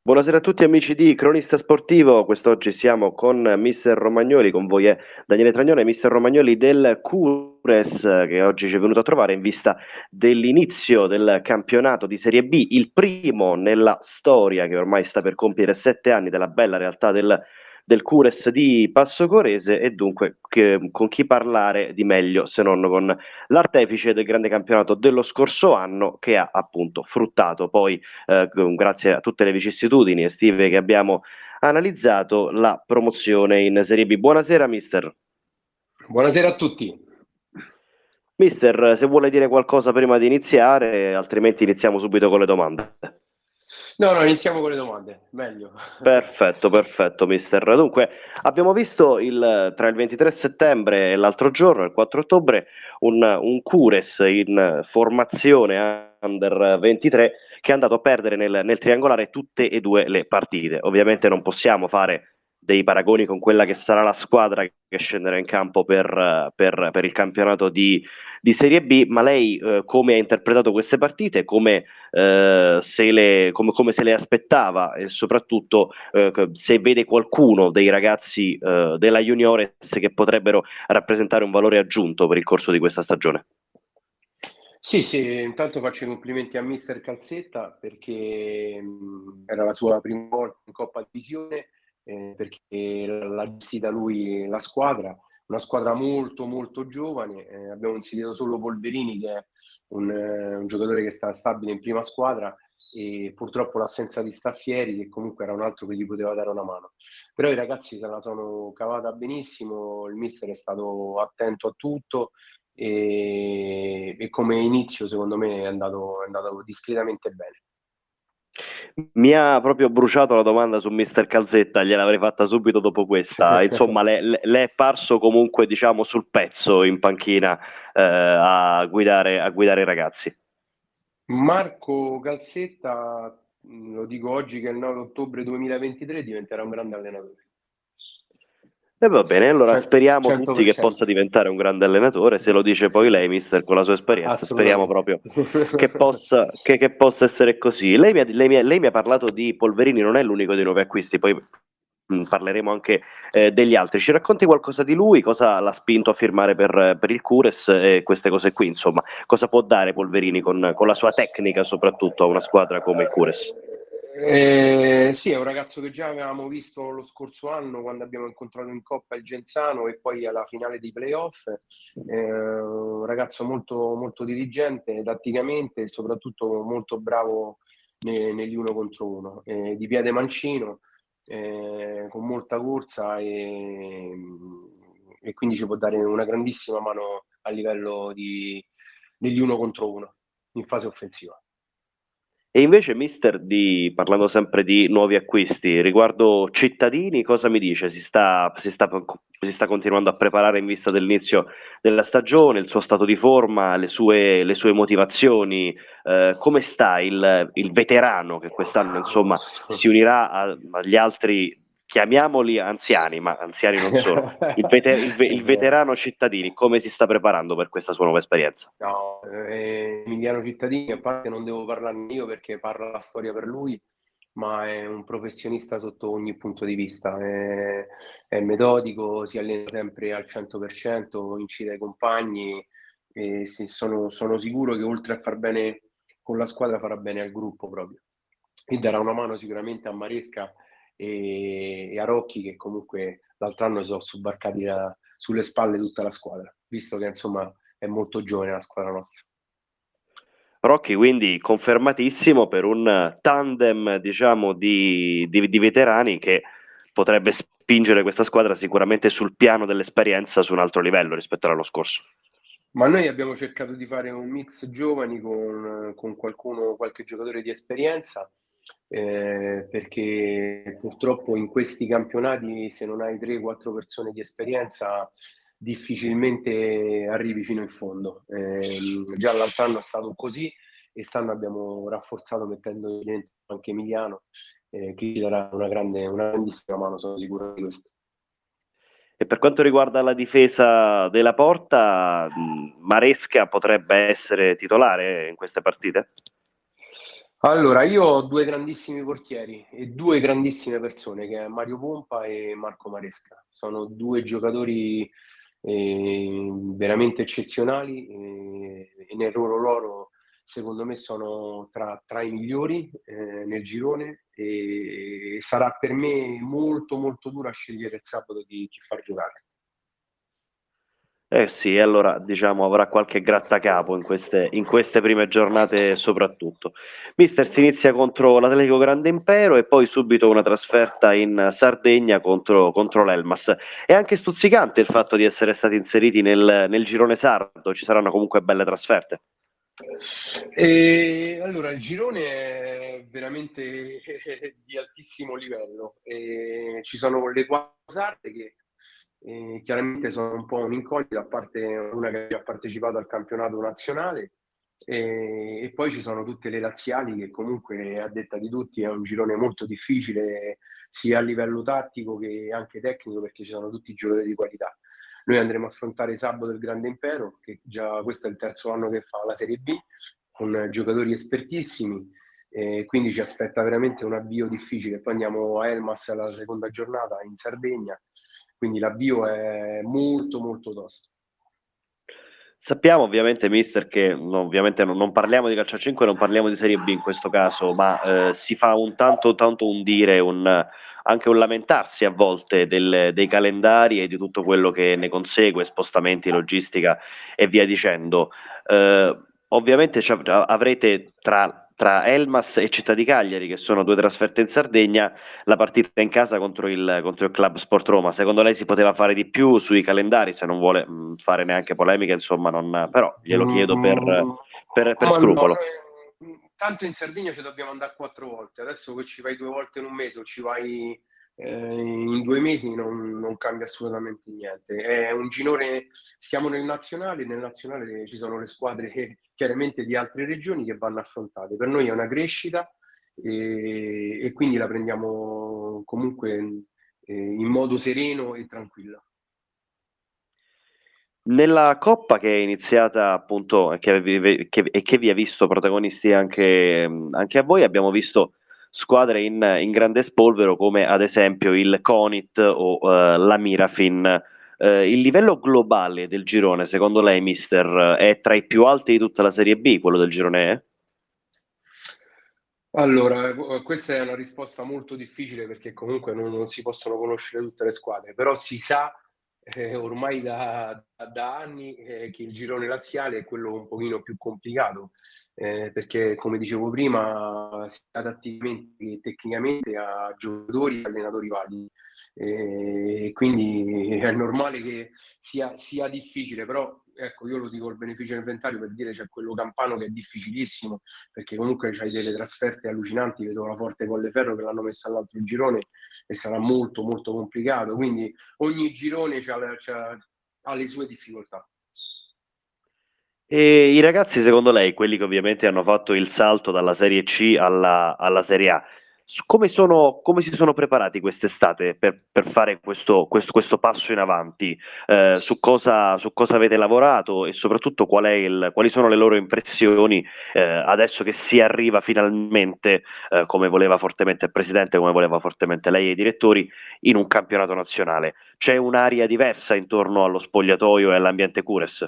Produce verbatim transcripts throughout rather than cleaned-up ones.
Buonasera a tutti amici di Cronista Sportivo, quest'oggi siamo con mister Romagnoli, con voi è Daniele Tragnone, mister Romagnoli del Cures eh, che oggi ci è venuto a trovare in vista dell'inizio del campionato di Serie B, il primo nella storia che ormai sta per compiere sette anni della bella realtà del, del Cures di Passo Corese e dunque che- con chi parlare di meglio se non con l'artefice del grande campionato dello scorso anno che ha appunto fruttato poi eh, grazie a tutte le vicissitudini estive che abbiamo analizzato, la promozione in Serie B. Buonasera, mister. Buonasera a tutti. Mister, se vuole dire qualcosa prima di iniziare, altrimenti iniziamo subito con le domande. No, no, iniziamo con le domande, meglio. Perfetto, perfetto, mister. Dunque, abbiamo visto il, tra il ventitré settembre e l'altro giorno, il quattro ottobre, un, un Cures in formazione under ventitré che è andato a perdere nel, nel triangolare tutte e due le partite. Ovviamente non possiamo fare dei paragoni con quella che sarà la squadra che scenderà in campo per, per, per il campionato di, di Serie B, ma lei eh, come ha interpretato queste partite, come eh, se le, come, come se le aspettava e soprattutto eh, se vede qualcuno dei ragazzi eh, della Juniores che potrebbero rappresentare un valore aggiunto per il corso di questa stagione. Sì, sì, intanto faccio i complimenti a mister Calzetta perché mh, era la sua prima volta in Coppa Divisione, eh, perché l'ha gestita lui la squadra, una squadra molto molto giovane. Eh, abbiamo inserito solo Polverini che è un, eh, un giocatore che sta stabile in prima squadra e purtroppo l'assenza di Staffieri che comunque era un altro che gli poteva dare una mano. Però i ragazzi se la sono cavata benissimo, il mister è stato attento a tutto e, e come inizio secondo me è andato, è andato discretamente bene. Mi ha proprio bruciato la domanda su mister Calzetta, gliel'avrei fatta subito dopo questa. Insomma, le, le, le è parso comunque, diciamo, sul pezzo in panchina eh, a guidare, a guidare i ragazzi. Marco Calzetta, mh, lo dico oggi che è il nove ottobre duemilaventitré, diventerà un grande allenatore. E va bene, allora Cioè, speriamo tutti che cento per cento. possa diventare un grande allenatore, se lo dice poi lei, mister, con la sua esperienza, speriamo Assolutamente. proprio che possa, che, che possa essere così. Lei mi, ha, lei, mi ha, lei mi ha parlato di Polverini, non è l'unico dei nuovi acquisti, poi mh, parleremo anche eh, degli altri. Ci racconti qualcosa di lui, cosa l'ha spinto a firmare per, per il Cures e queste cose qui, insomma, cosa può dare Polverini con, con la sua tecnica soprattutto a una squadra come il Cures? Eh, sì, è un ragazzo che già avevamo visto lo scorso anno quando abbiamo incontrato in Coppa il Genzano e poi alla finale dei playoff. Eh, un ragazzo molto, molto dirigente tatticamente e soprattutto molto bravo ne- negli uno contro uno, eh, di piede mancino, eh, con molta corsa e, e quindi ci può dare una grandissima mano a livello di, degli uno contro uno in fase offensiva. E invece, mister, di, parlando sempre di nuovi acquisti, riguardo Cittadini, cosa mi dice? Si sta, si sta, si sta continuando a preparare in vista dell'inizio della stagione, il suo stato di forma, le sue, le sue motivazioni, eh, come sta il, il veterano che quest'anno, insomma, si unirà a- agli altri, chiamiamoli anziani, ma anziani non sono, il, vete- il ve- È il vero. veterano Cittadini, come si sta preparando per questa sua nuova esperienza? No, eh, Emiliano Cittadini, a parte non devo parlarne io perché parla la storia per lui, ma è un professionista sotto ogni punto di vista. È, è metodico, si allena sempre al cento per cento, incide ai compagni e sì, sono, sono sicuro che oltre a far bene con la squadra farà bene al gruppo proprio. E darà una mano sicuramente a Maresca e, e a Rocchi che comunque l'altro anno si sono sobbarcati la- sulle spalle tutta la squadra, visto che insomma è molto giovane la squadra nostra. Rocchi quindi confermatissimo per un tandem, diciamo, di, di- di veterani che potrebbe spingere questa squadra sicuramente sul piano dell'esperienza su un altro livello rispetto all'anno scorso. Ma noi abbiamo cercato di fare un mix giovani con, con qualcuno, qualche giocatore di esperienza, eh, perché purtroppo in questi campionati se non hai tre quattro persone di esperienza difficilmente arrivi fino in fondo. Eh, già l'altro anno è stato così e quest'anno abbiamo rafforzato mettendo dentro anche Emiliano, eh, che ci darà una grande, una grandissima mano, sono sicuro di questo. E per quanto riguarda la difesa della porta, mh, Maresca potrebbe essere titolare in queste partite? Allora, io ho due grandissimi portieri e due grandissime persone, che è Mario Pompa e Marco Maresca. Sono due giocatori eh, veramente eccezionali eh, e nel loro loro, secondo me, sono tra, tra i migliori eh, nel girone e sarà per me molto molto duro a scegliere il sabato di chi far giocare. Eh sì, e allora diciamo avrà qualche grattacapo in queste, in queste prime giornate soprattutto. Mister si inizia contro l'Atletico Grande Impero e poi subito una trasferta in Sardegna contro, contro l'Elmas. È anche stuzzicante il fatto di essere stati inseriti nel, nel girone sardo, ci saranno comunque belle trasferte. E allora, il girone è veramente di altissimo livello. E ci sono le quattro sarde che eh, chiaramente sono un po' un'incognita, a parte una che ha partecipato al campionato nazionale, e, e poi ci sono tutte le laziali che comunque, a detta di tutti, è un girone molto difficile sia a livello tattico che anche tecnico, perché ci sono tutti i giocatori di qualità. Noi andremo a affrontare sabato il Grande Impero, che già questo è il terzo anno che fa la Serie B, con giocatori espertissimi, eh, quindi ci aspetta veramente un avvio difficile. Poi andiamo a Elmas alla seconda giornata in Sardegna, quindi l'avvio è molto molto tosto. Sappiamo ovviamente, mister, che no, ovviamente non, non parliamo di calcio a cinque, non parliamo di Serie B in questo caso, ma eh, si fa un tanto, tanto un dire, un, anche un lamentarsi a volte del- dei calendari e di tutto quello che ne consegue, spostamenti, logistica e via dicendo. Eh, ovviamente ci av- avrete tra, tra Elmas e Città di Cagliari, che sono due trasferte in Sardegna, la partita in casa contro il, contro il Club Sport Roma. Secondo lei si poteva fare di più sui calendari, se non vuole mh, fare neanche polemiche, insomma, non, però glielo chiedo per, Mm, per, per ma no, scrupolo. noi tanto in Sardegna ci dobbiamo andare quattro volte. Adesso che ci vai due volte in un mese o ci vai eh, in due mesi non, non cambia assolutamente niente. È un girone, siamo nel nazionale, nel nazionale ci sono le squadre che, chiaramente di altre regioni che vanno affrontate. Per noi è una crescita e, e quindi la prendiamo comunque eh, in modo sereno e tranquillo. Nella Coppa che è iniziata appunto e che, avevi- che- e che vi ha visto protagonisti anche, anche a voi, abbiamo visto squadre in, in grande spolvero come ad esempio il Conit o eh, la Mirafin. Eh, il livello globale del girone, secondo lei, mister, è tra i più alti di tutta la Serie B, quello del girone E? Allora, eh, questa è una risposta molto difficile perché comunque non, non si possono conoscere tutte le squadre, però si sa eh, ormai da, da- da anni eh, che il girone laziale è quello un pochino più complicato, eh, perché come dicevo prima, sia tatticamente che tecnicamente ha giocatori e allenatori validi. E quindi è normale che sia, sia difficile, però ecco, io lo dico il beneficio del ventario per dire c'è quello campano che è difficilissimo perché comunque c'hai delle trasferte allucinanti, vedo la Forte Colleferro che l'hanno messa all'altro girone e sarà molto molto complicato, quindi ogni girone c'ha, c'ha- ha le sue difficoltà. E i ragazzi, secondo lei, quelli che ovviamente hanno fatto il salto dalla Serie C alla, alla Serie A, su- come sono, come si sono preparati quest'estate per, per fare questo, questo- questo passo in avanti? Eh, su cosa, su cosa avete lavorato e soprattutto qual è il- quali sono le loro impressioni eh, adesso che si arriva finalmente, eh, come voleva fortemente il Presidente, come voleva fortemente lei e i direttori, in un campionato nazionale? C'è un'aria diversa intorno allo spogliatoio e all'ambiente Cures?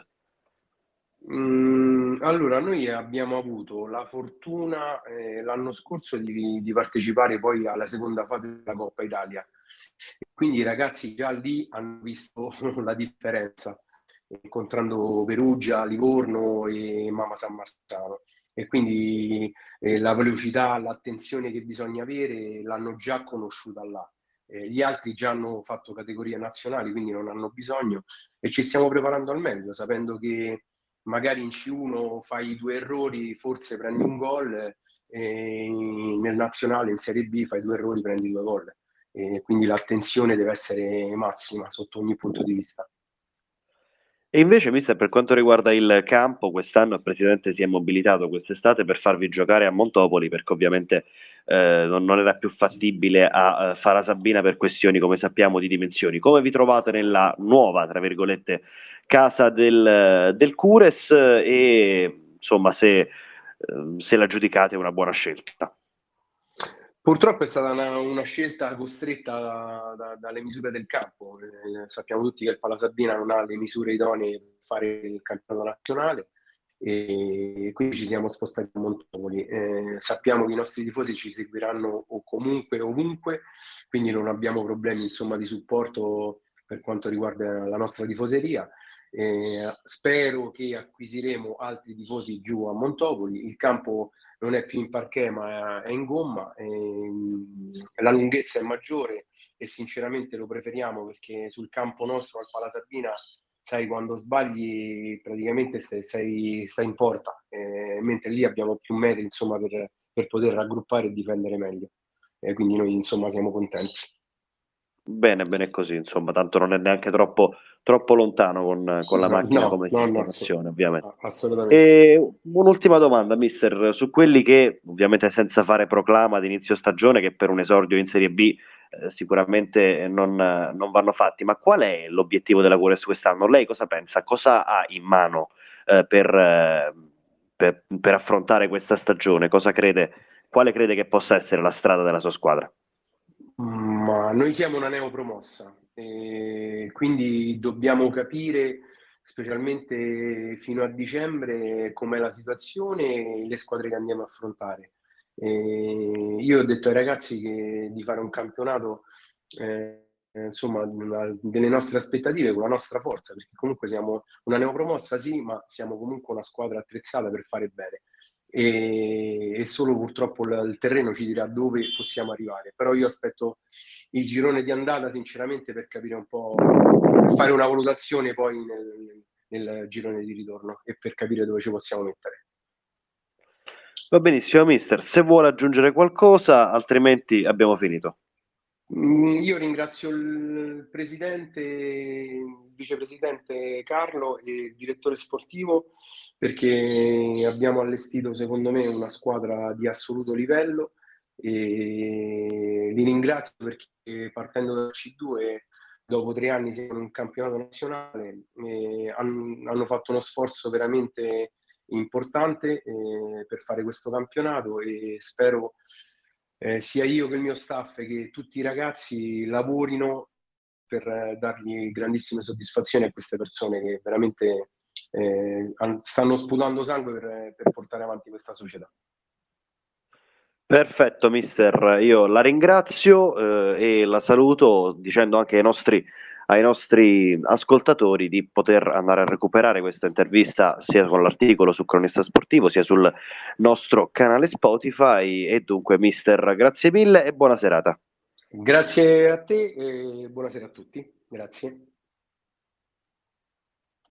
Mm, allora, noi abbiamo avuto la fortuna eh, l'anno scorso di, di partecipare poi alla seconda fase della Coppa Italia. Quindi i ragazzi già lì hanno visto la differenza, incontrando Perugia, Livorno e Mama San Marzano. E quindi eh, la velocità, l'attenzione che bisogna avere l'hanno già conosciuta là. Eh, gli altri già hanno fatto categorie nazionali, quindi non hanno bisogno e ci stiamo preparando al meglio, sapendo che magari in C uno fai due errori, forse prendi un gol, e nel nazionale in Serie B fai due errori, prendi due gol. E quindi l'attenzione deve essere massima sotto ogni punto di vista. E invece, mister, per quanto riguarda il campo, quest'anno il presidente si è mobilitato quest'estate per farvi giocare a Montopoli, perché ovviamente eh, non, non era più fattibile a eh, Fara Sabina per questioni, come sappiamo, di dimensioni. Come vi trovate nella nuova, tra virgolette, casa del, del Cures e insomma se eh, se la giudicate una buona scelta. Purtroppo è stata una, una scelta costretta da, da, dalle misure del campo. Eh, sappiamo tutti che il Palasabina non ha le misure idonee per fare il campionato nazionale e quindi ci siamo spostati a Montopoli. Eh, sappiamo che i nostri tifosi ci seguiranno o comunque ovunque, quindi non abbiamo problemi, insomma, di supporto per quanto riguarda la nostra tifoseria. Eh, spero che acquisiremo altri tifosi giù a Montopoli. Il campo non è più in parquet ma è in gomma, e la lunghezza è maggiore e sinceramente lo preferiamo, perché sul campo nostro al Palasabina, sai, quando sbagli praticamente stai, sei, stai in porta, eh, mentre lì abbiamo più metri, insomma, per, per poter raggruppare e difendere meglio, e quindi noi, insomma, siamo contenti. Bene, bene così, insomma, tanto non è neanche troppo, troppo lontano con, con la macchina No, come no, no, sistemazione, ovviamente. assolutamente. E un'ultima domanda, mister, su quelli che, ovviamente senza fare proclama di inizio stagione, che per un esordio in Serie B eh, sicuramente non, non vanno fatti, ma qual è l'obiettivo della Cures quest'anno? Lei cosa pensa? Cosa ha in mano eh, per, eh, per, per affrontare questa stagione? Cosa crede, quale crede che possa essere la strada della sua squadra? Ma noi siamo una neopromossa, e quindi dobbiamo capire, specialmente fino a dicembre, com'è la situazione e le squadre che andiamo a affrontare. E io ho detto ai ragazzi che di fare un campionato, eh, insomma, una- delle nostre aspettative con la nostra forza, perché comunque siamo una neopromossa, sì, ma siamo comunque una squadra attrezzata per fare bene. E, e solo purtroppo il, il terreno ci dirà dove possiamo arrivare. Però io aspetto il girone di andata, sinceramente, per capire un po', per fare una valutazione poi nel, nel girone di ritorno e per capire dove ci possiamo mettere. Va benissimo, mister. Se vuole aggiungere qualcosa, altrimenti abbiamo finito. Mm, Io ringrazio il presidente, il vicepresidente Carlo e il direttore sportivo, perché abbiamo allestito, secondo me, una squadra di assoluto livello, e li ringrazio perché partendo dal C due, dopo tre anni siamo in un campionato nazionale, e han- hanno fatto uno sforzo veramente importante eh, per fare questo campionato, e spero eh, sia io che il mio staff che tutti i ragazzi lavorino per eh, dargli grandissime soddisfazioni a queste persone che veramente eh, han- stanno sputando sangue per, per portare avanti questa società. Perfetto, mister. Io la ringrazio eh, e la saluto dicendo anche ai nostri, ai nostri ascoltatori di poter andare a recuperare questa intervista sia con l'articolo su Cronista Sportivo sia sul nostro canale Spotify. E dunque, mister, grazie mille e buona serata. Grazie a te e buonasera a tutti. Grazie.